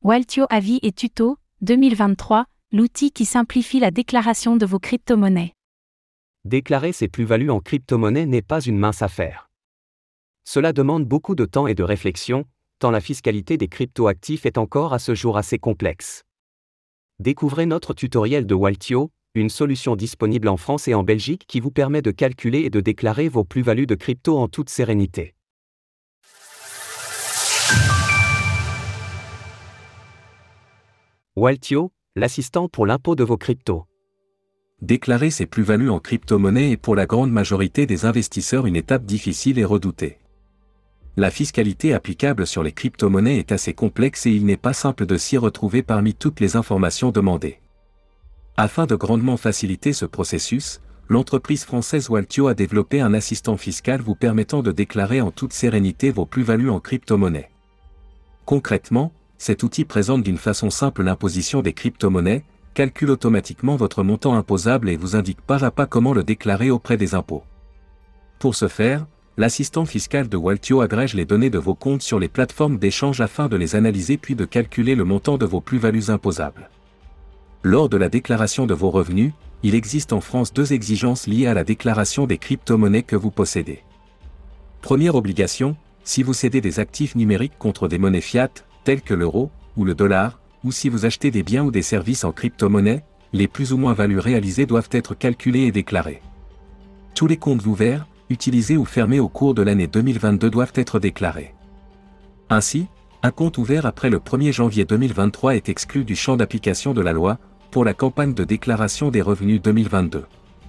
Waltio Avis et Tuto, 2023, l'outil qui simplifie la déclaration de vos crypto-monnaies. Déclarer ses plus-values en crypto-monnaie n'est pas une mince affaire. Cela demande beaucoup de temps et de réflexion, tant la fiscalité des crypto-actifs est encore à ce jour assez complexe. Découvrez notre tutoriel de Waltio, une solution disponible en France et en Belgique qui vous permet de calculer et de déclarer vos plus-values de crypto en toute sérénité. Waltio, l'assistant pour l'impôt de vos cryptos. Déclarer ses plus-values en crypto-monnaie est pour la grande majorité des investisseurs une étape difficile et redoutée. La fiscalité applicable sur les crypto-monnaies est assez complexe et il n'est pas simple de s'y retrouver parmi toutes les informations demandées. Afin de grandement faciliter ce processus, l'entreprise française Waltio a développé un assistant fiscal vous permettant de déclarer en toute sérénité vos plus-values en crypto-monnaie. Concrètement, cet outil présente d'une façon simple l'imposition des crypto-monnaies, calcule automatiquement votre montant imposable et vous indique pas à pas comment le déclarer auprès des impôts. Pour ce faire, l'assistant fiscal de Waltio agrège les données de vos comptes sur les plateformes d'échange afin de les analyser puis de calculer le montant de vos plus-values imposables. Lors de la déclaration de vos revenus, il existe en France deux exigences liées à la déclaration des crypto-monnaies que vous possédez. Première obligation, si vous cédez des actifs numériques contre des monnaies fiat, telles que l'euro ou le dollar, ou si vous achetez des biens ou des services en crypto-monnaie, les plus ou moins values réalisées doivent être calculées et déclarées. Tous les comptes ouverts, utilisés ou fermés au cours de l'année 2022 doivent être déclarés. Ainsi, un compte ouvert après le 1er janvier 2023 est exclu du champ d'application de la loi, pour la campagne de déclaration des revenus 2022.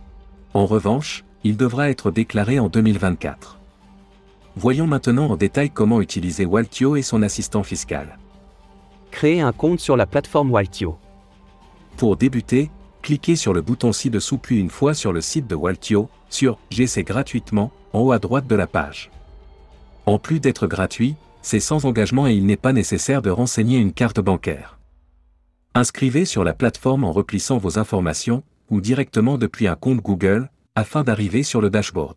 En revanche, il devra être déclaré en 2024. Voyons maintenant en détail comment utiliser Waltio et son assistant fiscal. Créer un compte sur la plateforme Waltio. Pour débuter, cliquez sur le bouton ci-dessous puis une fois sur le site de Waltio, sur « J'essaie gratuitement » en haut à droite de la page. En plus d'être gratuit, c'est sans engagement et il n'est pas nécessaire de renseigner une carte bancaire. Inscrivez sur la plateforme en remplissant vos informations, ou directement depuis un compte Google, afin d'arriver sur le dashboard.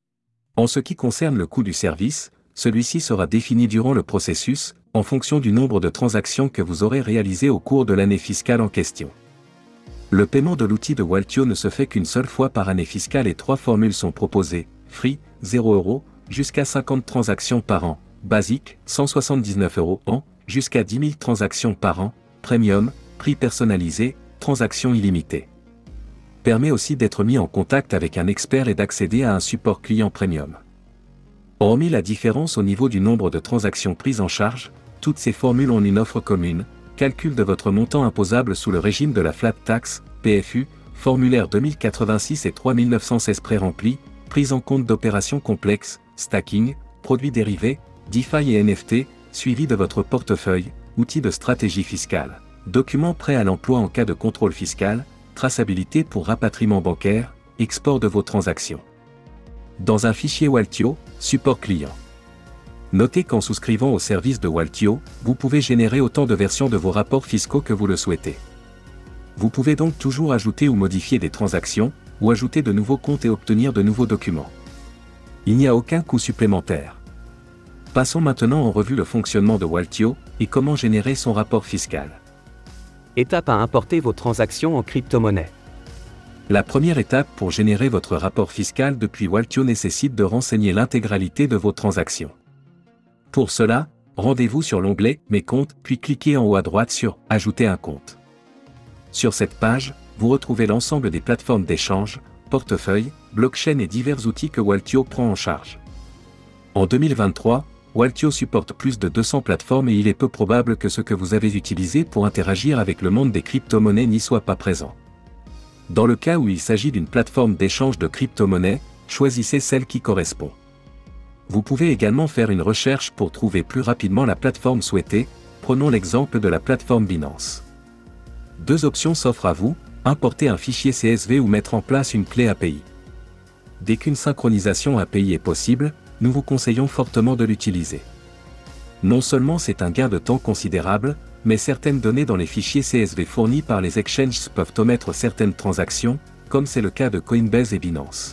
En ce qui concerne le coût du service, celui-ci sera défini durant le processus, en fonction du nombre de transactions que vous aurez réalisées au cours de l'année fiscale en question. Le paiement de l'outil de Waltio ne se fait qu'une seule fois par année fiscale et 3 formules sont proposées, Free, 0 €, jusqu'à 50 transactions par an, Basique, 179 € an, jusqu'à 10 000 transactions par an, Premium, prix personnalisé, transactions illimitées. Permet aussi d'être mis en contact avec un expert et d'accéder à un support client premium. Hormis la différence au niveau du nombre de transactions prises en charge, toutes ces formules ont une offre commune, calcul de votre montant imposable sous le régime de la flat tax, PFU, formulaire 2086 et 3916 pré-remplis, prise en compte d'opérations complexes, stacking, produits dérivés, DeFi et NFT, suivi de votre portefeuille, outils de stratégie fiscale, documents prêts à l'emploi en cas de contrôle fiscal, traçabilité pour rapatriement bancaire, export de vos transactions. Dans un fichier Waltio, support client. Notez qu'en souscrivant au service de Waltio, vous pouvez générer autant de versions de vos rapports fiscaux que vous le souhaitez. Vous pouvez donc toujours ajouter ou modifier des transactions, ou ajouter de nouveaux comptes et obtenir de nouveaux documents. Il n'y a aucun coût supplémentaire. Passons maintenant en revue le fonctionnement de Waltio, et comment générer son rapport fiscal. Étape à importer vos transactions en crypto-monnaie. La première étape pour générer votre rapport fiscal depuis Waltio nécessite de renseigner l'intégralité de vos transactions. Pour cela, rendez-vous sur l'onglet « Mes comptes » puis cliquez en haut à droite sur « Ajouter un compte ». Sur cette page, vous retrouvez l'ensemble des plateformes d'échange, portefeuille, blockchain et divers outils que Waltio prend en charge. En 2023, Waltio supporte plus de 200 plateformes et il est peu probable que ce que vous avez utilisé pour interagir avec le monde des crypto-monnaies n'y soit pas présent. Dans le cas où il s'agit d'une plateforme d'échange de crypto-monnaies, choisissez celle qui correspond. Vous pouvez également faire une recherche pour trouver plus rapidement la plateforme souhaitée, prenons l'exemple de la plateforme Binance. Deux options s'offrent à vous, importer un fichier CSV ou mettre en place une clé API. Dès qu'une synchronisation API est possible, nous vous conseillons fortement de l'utiliser. Non seulement c'est un gain de temps considérable, mais certaines données dans les fichiers CSV fournis par les exchanges peuvent omettre certaines transactions, comme c'est le cas de Coinbase et Binance.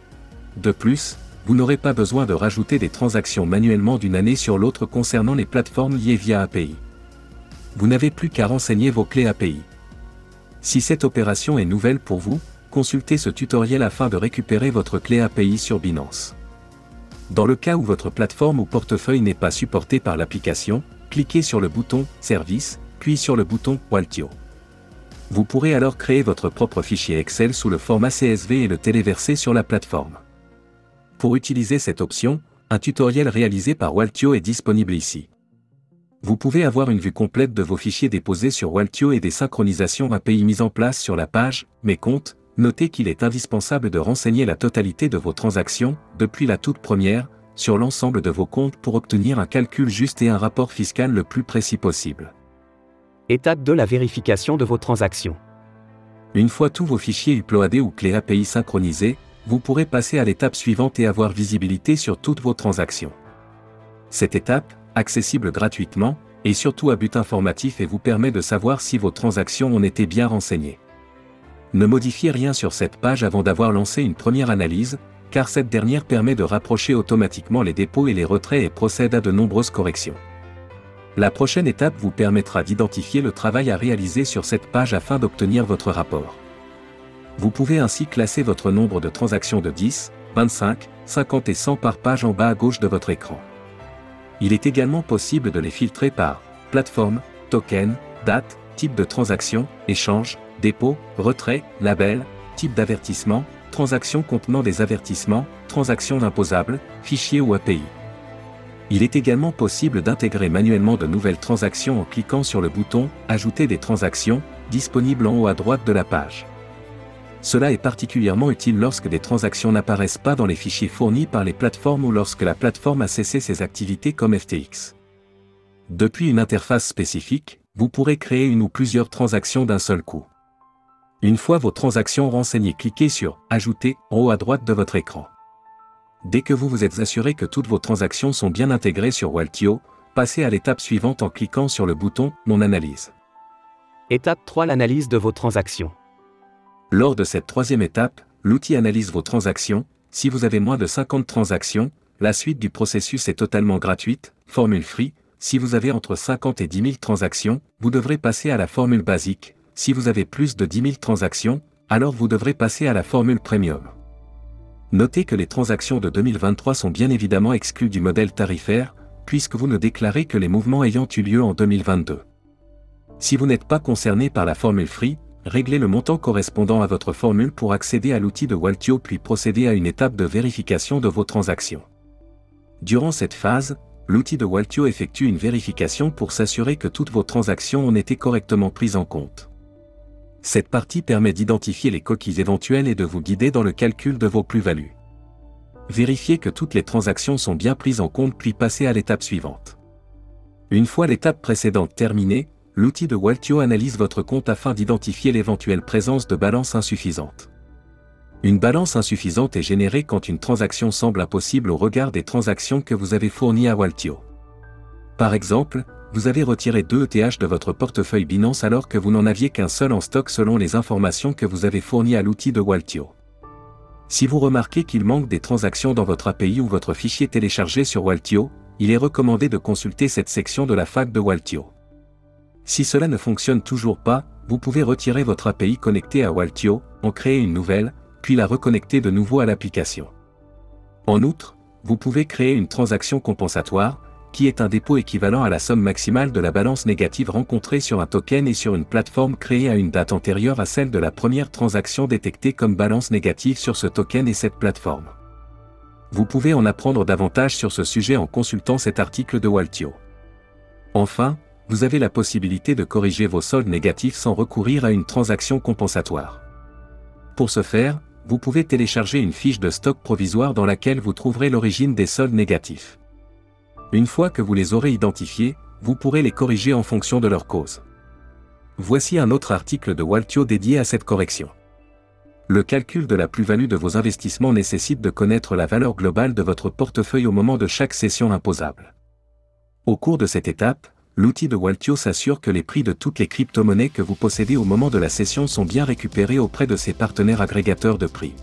De plus, vous n'aurez pas besoin de rajouter des transactions manuellement d'une année sur l'autre concernant les plateformes liées via API. vous n'avez plus qu'à renseigner vos clés API. Si cette opération est nouvelle pour vous, consultez ce tutoriel afin de récupérer votre clé API sur Binance. Dans le cas où votre plateforme ou portefeuille n'est pas supporté par l'application, cliquez sur le bouton « Service », puis sur le bouton « Waltio ». Vous pourrez alors créer votre propre fichier Excel sous le format CSV et le téléverser sur la plateforme. Pour utiliser cette option, un tutoriel réalisé par Waltio est disponible ici. Vous pouvez avoir une vue complète de vos fichiers déposés sur Waltio et des synchronisations API mises en place sur la page « Mes comptes ». Notez qu'il est indispensable de renseigner la totalité de vos transactions, depuis la toute première, sur l'ensemble de vos comptes pour obtenir un calcul juste et un rapport fiscal le plus précis possible. Étape 2, la vérification de vos transactions. Une fois tous vos fichiers uploadés ou clés API synchronisés, vous pourrez passer à l'étape suivante et avoir visibilité sur toutes vos transactions. Cette étape, accessible gratuitement, est surtout à but informatif et vous permet de savoir si vos transactions ont été bien renseignées. Ne modifiez rien sur cette page avant d'avoir lancé une première analyse, car cette dernière permet de rapprocher automatiquement les dépôts et les retraits et procède à de nombreuses corrections. La prochaine étape vous permettra d'identifier le travail à réaliser sur cette page afin d'obtenir votre rapport. Vous pouvez ainsi classer votre nombre de transactions de 10, 25, 50 et 100 par page en bas à gauche de votre écran. Il est également possible de les filtrer par plateforme, token, date, type de transaction, échange, dépôt, retrait, label, type d'avertissement, transaction contenant des avertissements, transaction imposable, fichier ou API. Il est également possible d'intégrer manuellement de nouvelles transactions en cliquant sur le bouton « Ajouter des transactions » disponible en haut à droite de la page. Cela est particulièrement utile lorsque des transactions n'apparaissent pas dans les fichiers fournis par les plateformes ou lorsque la plateforme a cessé ses activités comme FTX. Depuis une interface spécifique, vous pourrez créer une ou plusieurs transactions d'un seul coup. Une fois vos transactions renseignées, cliquez sur « Ajouter » en haut à droite de votre écran. Dès que vous vous êtes assuré que toutes vos transactions sont bien intégrées sur Waltio, passez à l'étape suivante en cliquant sur le bouton « Mon analyse ». Étape 3, l'analyse de vos transactions. Lors de cette troisième étape, l'outil analyse vos transactions. Si vous avez moins de 50 transactions, la suite du processus est totalement gratuite, formule free. Si vous avez entre 50 et 10 000 transactions, vous devrez passer à la formule basique. Si vous avez plus de 10 000 transactions, alors vous devrez passer à la formule premium. Notez que les transactions de 2023 sont bien évidemment exclues du modèle tarifaire, puisque vous ne déclarez que les mouvements ayant eu lieu en 2022. Si vous n'êtes pas concerné par la formule free, réglez le montant correspondant à votre formule pour accéder à l'outil de Waltio puis procéder à une étape de vérification de vos transactions. Durant cette phase, l'outil de Waltio effectue une vérification pour s'assurer que toutes vos transactions ont été correctement prises en compte. Cette partie permet d'identifier les coquilles éventuelles et de vous guider dans le calcul de vos plus-values. Vérifiez que toutes les transactions sont bien prises en compte puis passez à l'étape suivante. Une fois l'étape précédente terminée, l'outil de Waltio analyse votre compte afin d'identifier l'éventuelle présence de balance insuffisante. Une balance insuffisante est générée quand une transaction semble impossible au regard des transactions que vous avez fournies à Waltio. Par exemple, vous avez retiré 2 ETH de votre portefeuille Binance alors que vous n'en aviez qu'un seul en stock selon les informations que vous avez fournies à l'outil de Waltio. Si vous remarquez qu'il manque des transactions dans votre API ou votre fichier téléchargé sur Waltio, il est recommandé de consulter cette section de la FAQ de Waltio. Si cela ne fonctionne toujours pas, vous pouvez retirer votre API connectée à Waltio, en créer une nouvelle, puis la reconnecter de nouveau à l'application. En outre, vous pouvez créer une transaction compensatoire, qui est un dépôt équivalent à la somme maximale de la balance négative rencontrée sur un token et sur une plateforme créée à une date antérieure à celle de la première transaction détectée comme balance négative sur ce token et cette plateforme. Vous pouvez en apprendre davantage sur ce sujet en consultant cet article de Waltio. Enfin, vous avez la possibilité de corriger vos soldes négatifs sans recourir à une transaction compensatoire. Pour ce faire, vous pouvez télécharger une fiche de stock provisoire dans laquelle vous trouverez l'origine des soldes négatifs. Une fois que vous les aurez identifiés, vous pourrez les corriger en fonction de leur cause. Voici un autre article de Waltio dédié à cette correction. Le calcul de la plus-value de vos investissements nécessite de connaître la valeur globale de votre portefeuille au moment de chaque cession imposable. Au cours de cette étape, l'outil de Waltio s'assure que les prix de toutes les crypto-monnaies que vous possédez au moment de la cession sont bien récupérés auprès de ses partenaires agrégateurs de prix.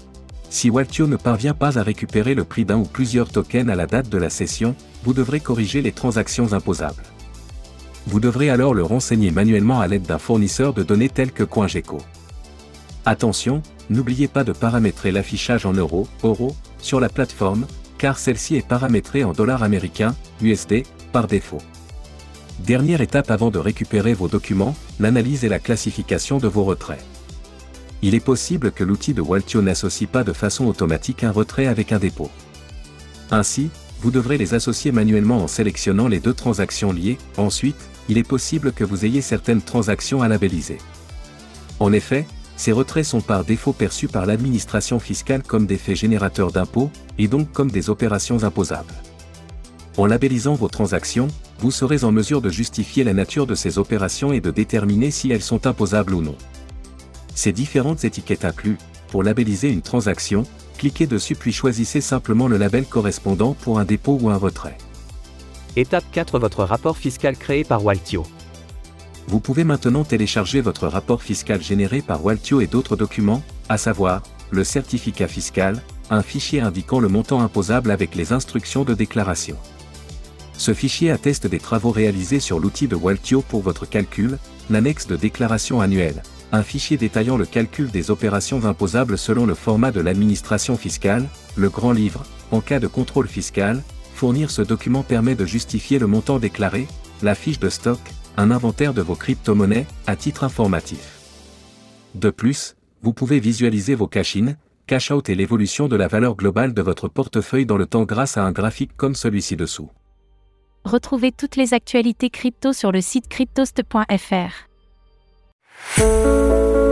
Si Waltio ne parvient pas à récupérer le prix d'un ou plusieurs tokens à la date de la cession, vous devrez corriger les transactions imposables. Vous devrez alors le renseigner manuellement à l'aide d'un fournisseur de données tel que CoinGecko. Attention, n'oubliez pas de paramétrer l'affichage en euros sur la plateforme, car celle-ci est paramétrée en dollars américains, USD, par défaut. Dernière étape avant de récupérer vos documents, l'analyse et la classification de vos retraits. Il est possible que l'outil de Waltio n'associe pas de façon automatique un retrait avec un dépôt. Ainsi, vous devrez les associer manuellement en sélectionnant les deux transactions liées. Ensuite, il est possible que vous ayez certaines transactions à labelliser. En effet, ces retraits sont par défaut perçus par l'administration fiscale comme des faits générateurs d'impôts, et donc comme des opérations imposables. En labellisant vos transactions, vous serez en mesure de justifier la nature de ces opérations et de déterminer si elles sont imposables ou non. Ces différentes étiquettes incluent, pour labelliser une transaction, cliquez dessus puis choisissez simplement le label correspondant pour un dépôt ou un retrait. Étape 4. Votre rapport fiscal créé par Waltio. Vous pouvez maintenant télécharger votre rapport fiscal généré par Waltio et d'autres documents, à savoir, le certificat fiscal, un fichier indiquant le montant imposable avec les instructions de déclaration. Ce fichier atteste des travaux réalisés sur l'outil de Waltio pour votre calcul, l'annexe de déclaration annuelle, un fichier détaillant le calcul des opérations imposables selon le format de l'administration fiscale, le grand livre. En cas de contrôle fiscal, fournir ce document permet de justifier le montant déclaré, la fiche de stock, un inventaire de vos crypto-monnaies, à titre informatif. De plus, vous pouvez visualiser vos cash-in, cash-out et l'évolution de la valeur globale de votre portefeuille dans le temps grâce à un graphique comme celui ci-dessous. Retrouvez toutes les actualités crypto sur le site cryptost.fr.